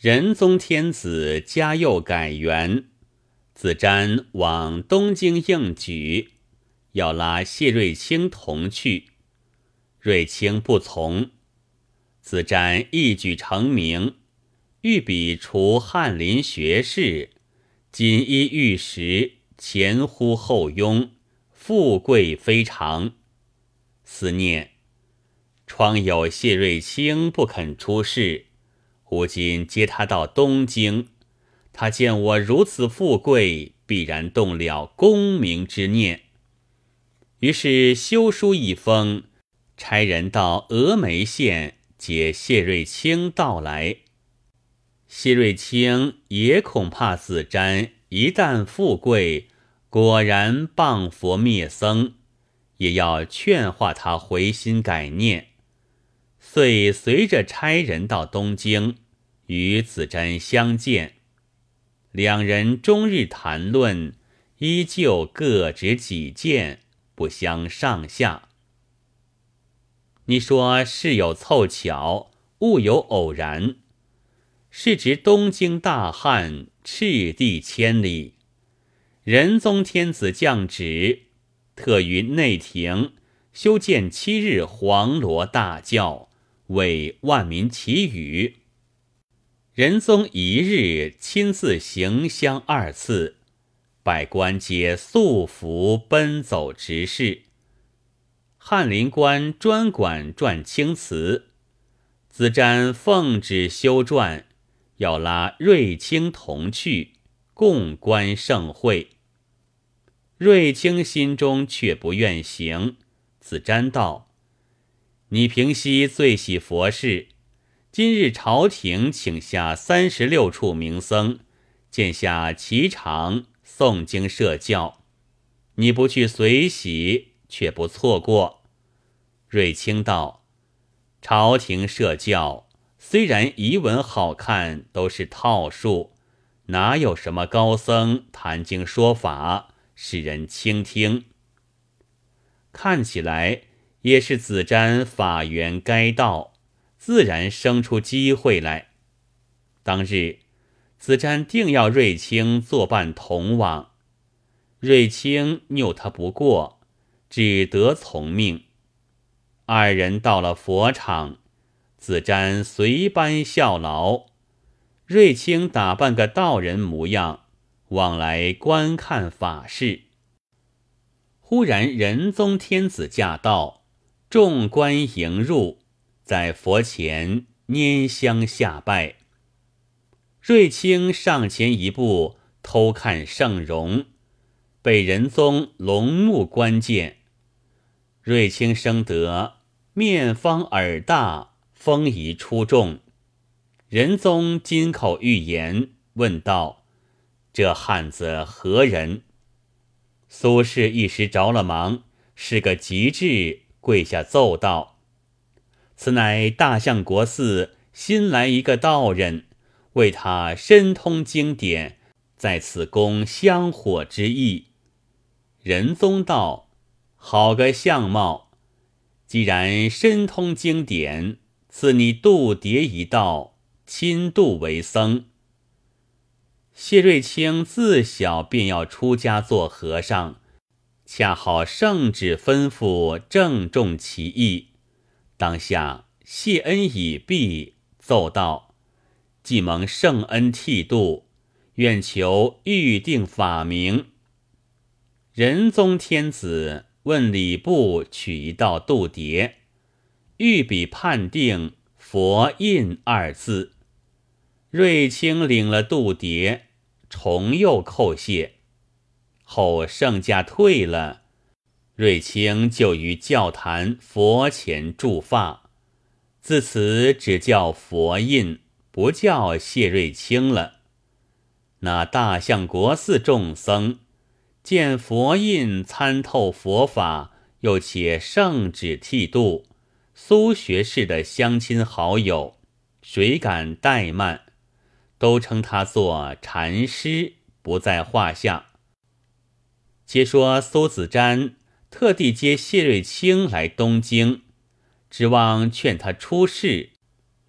仁宗天子嘉佑改元，子瞻往东京应举，要拉谢瑞清同去，瑞清不从。子瞻一举成名，欲比除翰林学士，锦衣玉食，前呼后拥，富贵非常。思念疮有谢瑞清不肯出仕，吾今接他到东京，他见我如此富贵，必然动了功名之念。于是修书一封，差人到峨眉县接谢瑞清到来。谢瑞清也恐怕子瞻一旦富贵，果然谤佛灭僧，也要劝化他回心改念，遂随着差人到东京，与子瞻相见。两人终日谈论，依旧各执己见，不相上下。你说事有凑巧，物有偶然，是值东京大旱，赤地千里，仁宗天子降旨，特于内廷修建7日黄罗大教，为万民祈雨。仁宗一日亲自行香2次，百官皆素服奔走执事。翰林官专管撰清词，子瞻奉旨修撰，要拉瑞清同去，共观盛会。瑞清心中却不愿行。子瞻道：你平息最喜佛事，今日朝廷请下36处名僧，建下齐常诵经设教，你不去随喜，却不错过。瑞清道：朝廷设教，虽然仪文好看，都是套数，哪有什么高僧谈经说法，使人倾听？看起来也是子瞻法缘该到，自然生出机会来。当日子瞻定要瑞清作伴同往，瑞清拗他不过，只得从命。2人到了佛场，子瞻随班效劳，瑞清打扮个道人模样，往来观看法事。忽然仁宗天子驾到，众官迎入，在佛前拈香下拜。瑞清上前一步偷看圣容，被仁宗龙目观见。瑞清生得面方耳大，风仪出众。仁宗金口玉言，问道：这汉子何人？苏轼一时着了忙，是个极致，跪下奏道：此乃大相国寺新来一个道人，为他深通经典，在此供香火之意。仁宗道：好个相貌！既然深通经典，赐你度牒一道，亲度为僧。谢瑞清自小便要出家做和尚，恰好圣旨吩咐正中其意，当下谢恩已毕，奏道：既蒙圣恩剃度，愿求预定法名。仁宗天子问礼部取一道度牒，御笔判定佛印2字。瑞清领了度牒，重又叩谢。后圣驾退了，瑞清就于教坛佛前祝发，自此只叫佛印，不叫谢瑞清了。那大相国寺众僧见佛印参透佛法，又且圣旨剃度，苏学士的乡亲好友，谁敢怠慢，都称他做禅师，不在话下。且说苏子瞻特地接谢瑞清来东京，指望劝他出仕，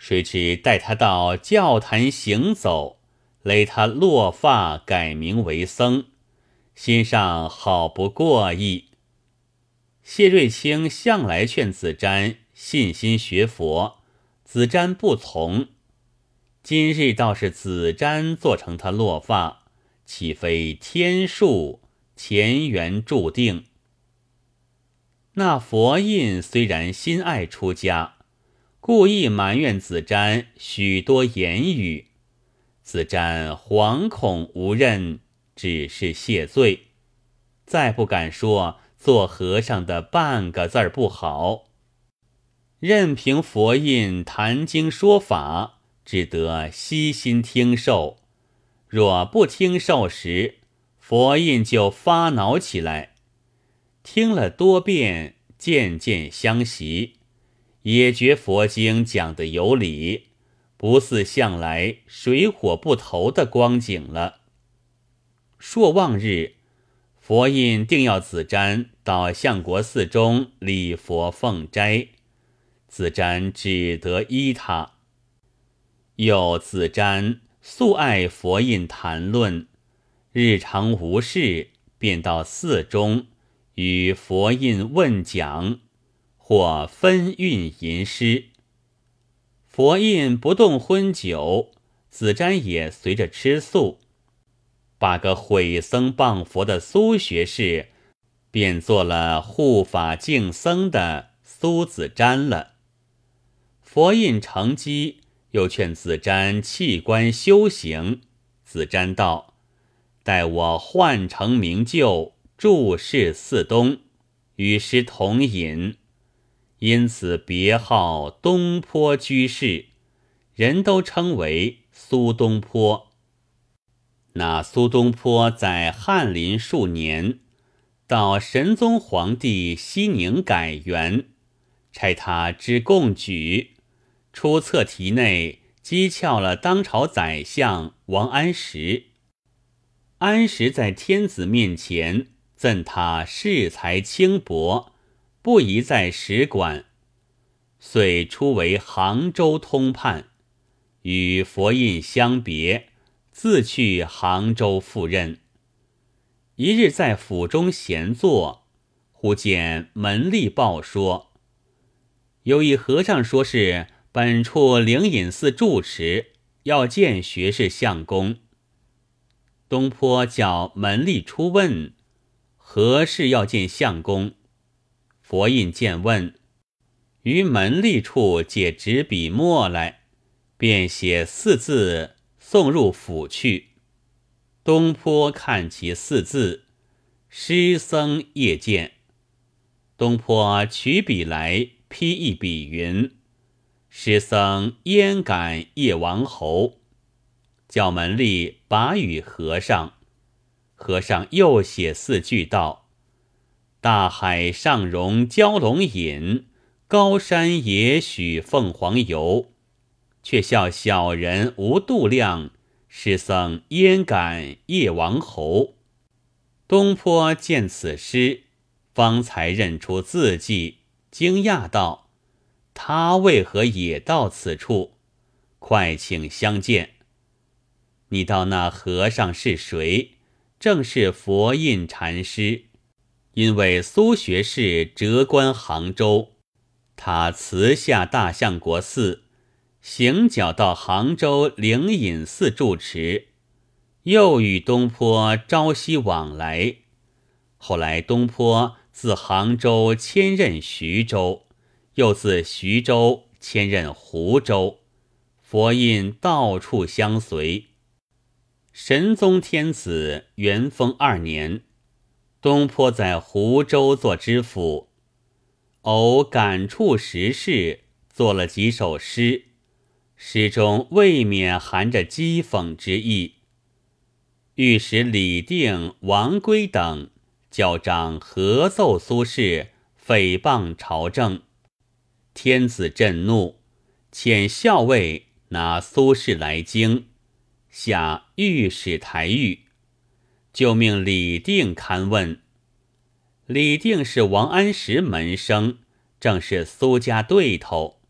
谁知带他到教坛行走，勒他落发，改名为僧，心上好不过意。谢瑞清向来劝子瞻信心学佛，子瞻不从。今日倒是子瞻做成他落发，岂非天数，前缘注定？那佛印虽然心爱出家，故意埋怨子瞻许多言语，子瞻惶恐无任，只是谢罪，再不敢说做和尚的半个字儿不好，任凭佛印谈经说法，只得悉心听受。若不听受时，佛印就发恼起来。听了多遍，渐渐相习，也觉佛经讲得有理，不似向来水火不投的光景了。朔望日，佛印定要子瞻到相国寺中礼佛奉斋，子瞻只得依他。又子瞻素爱佛印谈论，日常无事，便到寺中与佛印问讲，或分韵吟诗。佛印不动荤酒，子瞻也随着吃素，把个毁僧谤佛的苏学士便做了护法净僧的苏子瞻了。佛印乘机又劝子瞻弃官修行，子瞻道：待我换成名就，住世寺东，与师同饮，因此别号东坡居士，人都称为苏东坡。那苏东坡在翰林数年，到神宗皇帝熙宁改元，差他知贡举，出册题内讥诮了当朝宰相王安石。安石在天子面前赠他恃才轻薄，不宜在使馆，遂出为杭州通判，与佛印相别，自去杭州赴任。一日在府中闲坐，忽见门吏报说，有一和尚说是本处灵隐寺住持，要见学士相公。东坡叫门吏出问，何事要见相公？佛印见问，于门吏处借纸笔墨来，便写4字送入府去。东坡看其4字，师僧夜见。东坡取笔来批一笔云：师僧焉敢夜王侯？叫门吏把与和尚。和尚又写4句道：大海上容蛟龙饮，高山也许凤凰游。却笑小人无度量，师僧焉敢夜王侯？东坡见此诗，方才认出字迹，惊讶道：他为何也到此处？快请相见。你道那和尚是谁？正是佛印禅师。因为苏学士谪官杭州，他辞下大相国寺，行脚到杭州灵隐寺住持，又与东坡朝夕往来。后来东坡自杭州迁任徐州，又自徐州迁任湖州，佛印到处相随。神宗天子元丰2年，东坡在湖州做知府，偶感触时事，作了几首诗，诗中未免含着讥讽之意。御史李定、王圭等教章合奏苏轼，诽谤朝政。天子震怒，遣校尉拿苏轼来京，下御史台狱，就命李定勘问。李定是王安石门生，正是苏家对头，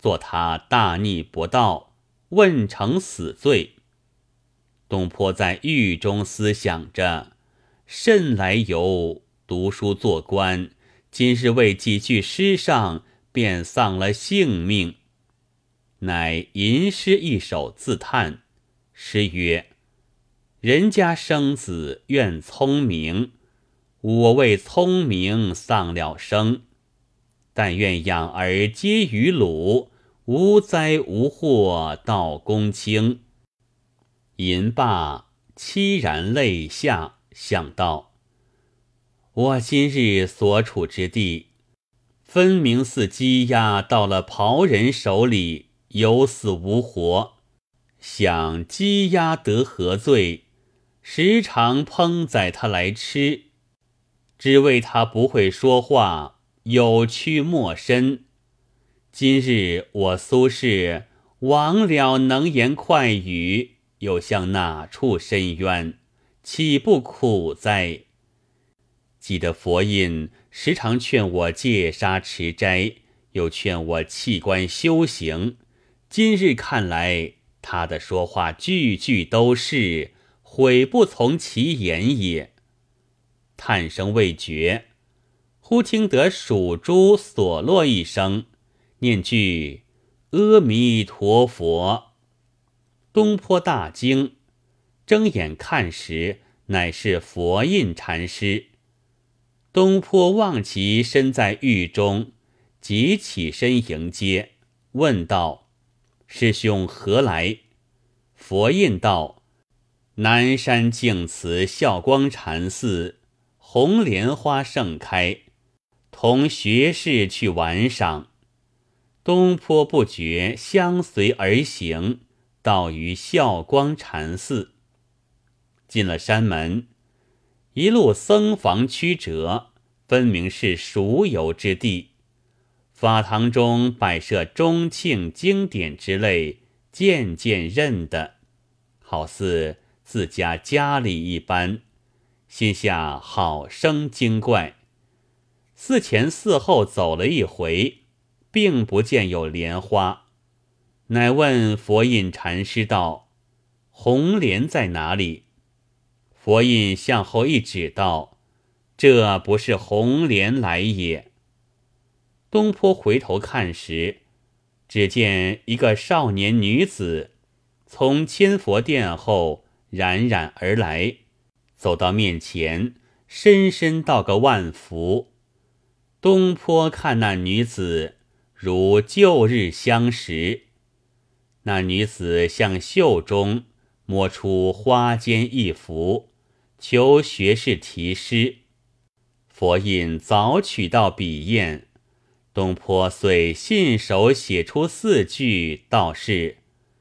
做他大逆不道，问成死罪。东坡在狱中思想着，甚来由，读书做官，今日为几句诗上便丧了性命。乃吟诗一首自叹，诗曰：人家生子愿聪明，我为聪明丧了生。但愿养儿皆于鲁，无灾无祸到公卿。吟罢，凄然泪下，想到我今日所处之地，分明似鸡鸭到了袍人手里，有死无活。想鸡鸭得何罪，时常烹宰他来吃，只为他不会说话，有屈莫伸。今日我苏轼亡了能言快语，又向哪处申冤，岂不苦哉？记得佛印时常劝我戒杀持斋，又劝我弃官修行，今日看来，他的说话句句都是，悔不从其言也。叹声未绝，忽听得蜀珠所落一声，念句阿弥陀佛。东坡大惊，睁眼看时，乃是佛印禅师。东坡望其身在狱中，即起身迎接，问道：师兄何来？佛印道：南山净慈孝光禅寺，红莲花盛开，同学士去玩赏。东坡不觉相随而行，到于孝光禅寺。进了山门，一路僧房曲折，分明是蜀游之地。法堂中摆设钟磬经典之类，件件认得，好似自家家里一般，心下好生惊怪。寺前寺后走了一回，并不见有莲花，乃问佛印禅师道：红莲在哪里？佛印向后一指道：这不是红莲来也。东坡回头看时，只见一个少年女子从千佛殿后冉冉而来，走到面前，深深道个万福。东坡看那女子如旧日相识，那女子向袖中摸出花间一幅，求学士题诗。佛印早取到笔砚，东坡遂信手写出4句，道是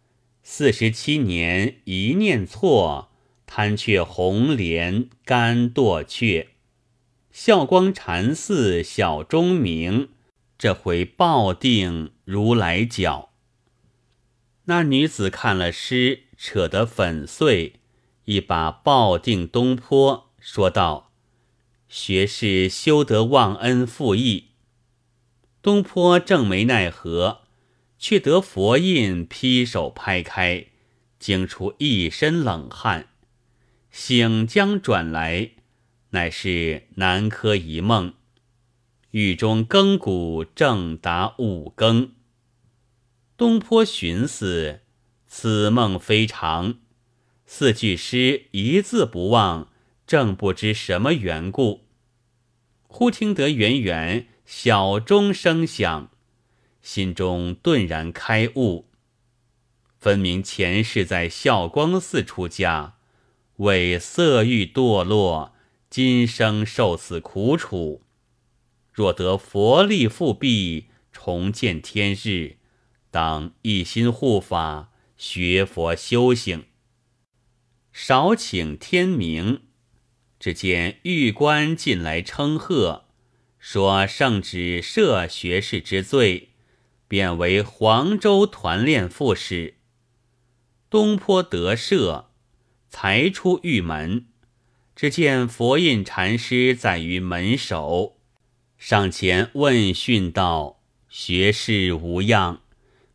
47年一念错，贪却红莲甘堕却。孝光禅寺小钟鸣，这回抱定如来脚。那女子看了诗，扯得粉碎，一把抱定东坡，说道：学士休得忘恩负义。东坡正没奈何，却得佛印劈手拍开，惊出一身冷汗。醒将转来，乃是南柯一梦。狱中更鼓正达5更。东坡寻思，此梦非常，4句诗一字不忘，正不知什么缘故。忽听得远远小钟声响，心中顿然开悟，分明前世在孝光寺出家，为色欲堕落，今生受此苦楚。若得佛力复庇，重见天日，当一心护法，学佛修行。少请天明，只见狱官进来称贺，说圣旨赦学士之罪，便为黄州团练副使。东坡得赦，才出狱门，只见佛印禅师在于门首，上前问讯道：学士无恙，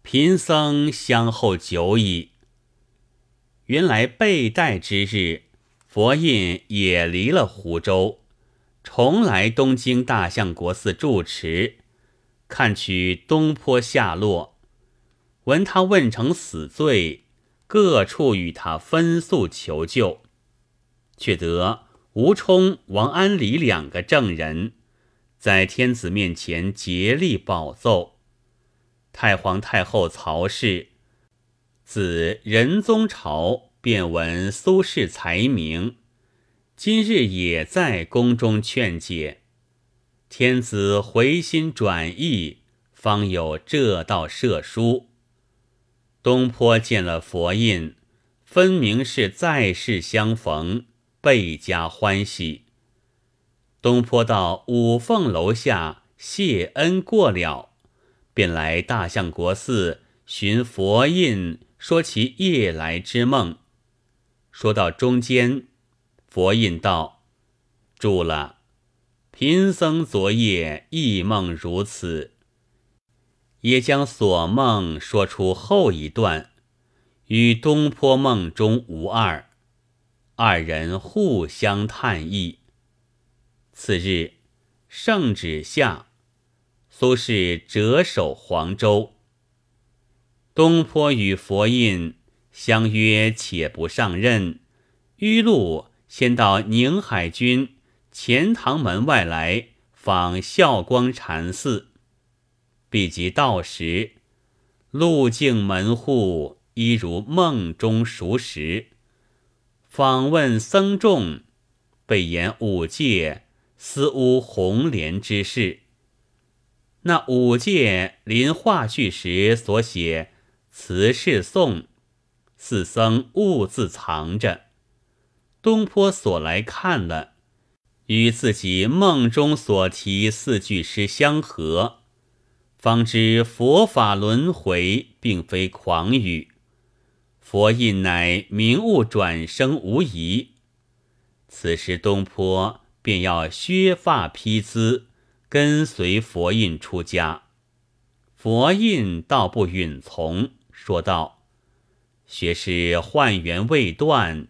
贫僧相候久矣。原来被带之日，佛印也离了湖州，重来东京大相国寺住持，看取东坡下落。闻他问成死罪，各处与他分诉求救，却得吴充、王安礼2个证人，在天子面前竭力保奏。太皇太后曹氏自仁宗朝便闻苏轼才名，今日也在宫中劝解。天子回心转意，方有这道赦书。东坡见了佛印，分明是再世相逢，倍加欢喜。东坡到五凤楼下谢恩过了，便来大相国寺寻佛印，说其夜来之梦。说到中间，佛印道：住了，贫僧昨夜亦梦如此，也将所梦说出后一段，与东坡梦中无二。二人互相叹异。次日，圣旨下，苏轼折守黄州。东坡与佛印相约且不上任，迂路先到宁海郡钱塘门外来访孝光禅寺。毕及到时，路径门户一如梦中熟识。访问僧众，被言五戒私污红莲之事。那五戒临话剧时所写辞世颂，寺僧兀自藏着。东坡所来看了，与自己梦中所题4句诗相合，方知佛法轮回并非诳语，佛印乃明悟转生无疑。此时东坡便要削发披缁，跟随佛印出家。佛印倒不允从，说道：学士幻缘未断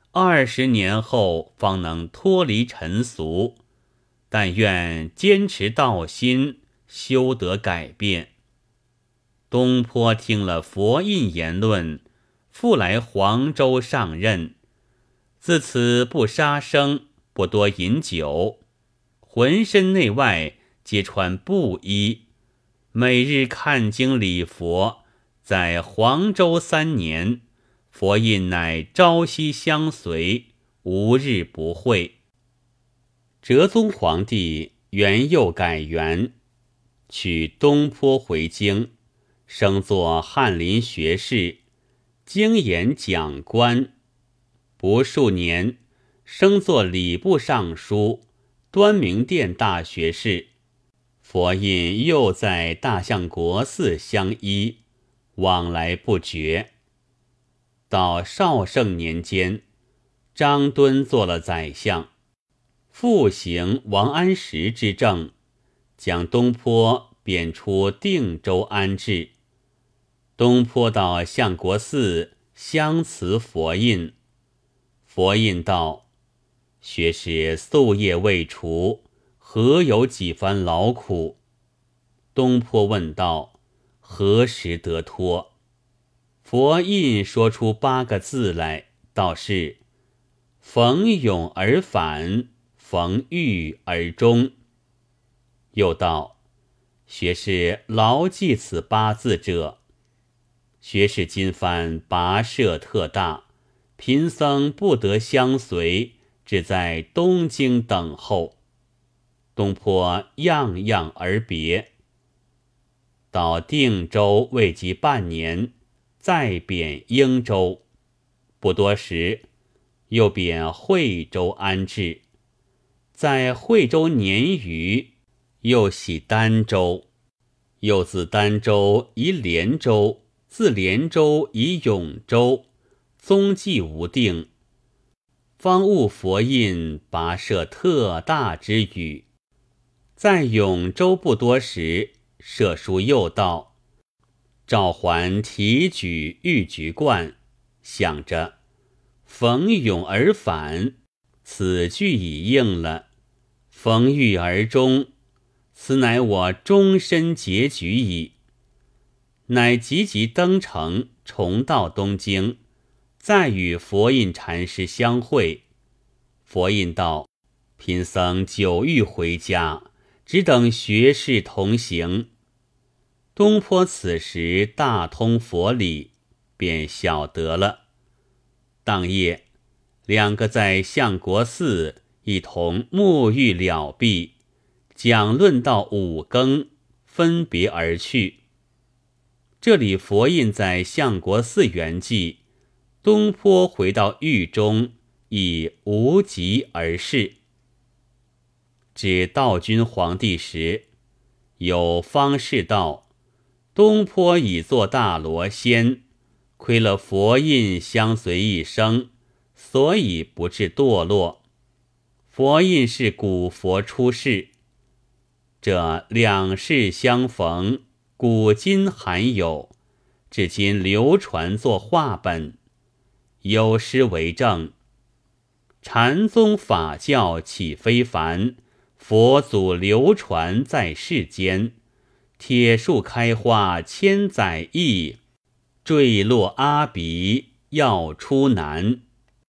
，20年后方能脱离尘俗，但愿坚持道心，修得改变。东坡听了佛印言论，复来黄州上任，自此不杀生，不多饮酒，浑身内外皆穿布衣，每日看经礼佛，在黄州3年，佛印乃朝夕相随，无日不会。哲宗皇帝元佑改元，取东坡回京，升作翰林学士，经研讲官。不数年，升作礼部尚书、端明殿大学士。佛印又在大相国寺相依，往来不绝。到绍圣年间，张敦做了宰相，复行王安石之政，将东坡贬出定州安置。东坡到相国寺相辞佛印。佛印道：学士夙夜未除，何有几番劳苦？东坡问道：何时得脱？佛印说出8个字来，道是：逢勇而返，逢遇而终。又道：学士牢记此8字者，学士今番跋涉特大，贫僧不得相随，只在东京等候。东坡样样而别。到定州未及半年，再贬英州，不多时，又贬惠州安置。在惠州年余，又徙儋州，又自儋州移连州，自连州移永州，踪迹无定。方悟佛印跋涉特大之语。在永州不多时，舍书又到， 赵桓提举玉菊冠，想着逢勇而返，此句已应了；逢遇而终，此乃我终身结局矣。乃急急登城，重到东京，再与佛印禅师相会。佛印道：贫僧久欲回家，只等学士同行。东坡此时大通佛理，便晓得了。当夜，两个在相国寺一同沐浴了毕，讲论到5更，分别而去。这里佛印在相国寺圆寂，东坡回到狱中，已无疾而逝。至道君皇帝时，有方士道：东坡已作大罗仙，亏了佛印相随一生，所以不致堕落。佛印是古佛出世，这两世相逢，古今罕有，至今流传作话本。有诗为证：禅宗法教岂非凡，佛祖流传在世间。铁树开花千载意，坠落阿鼻要出难。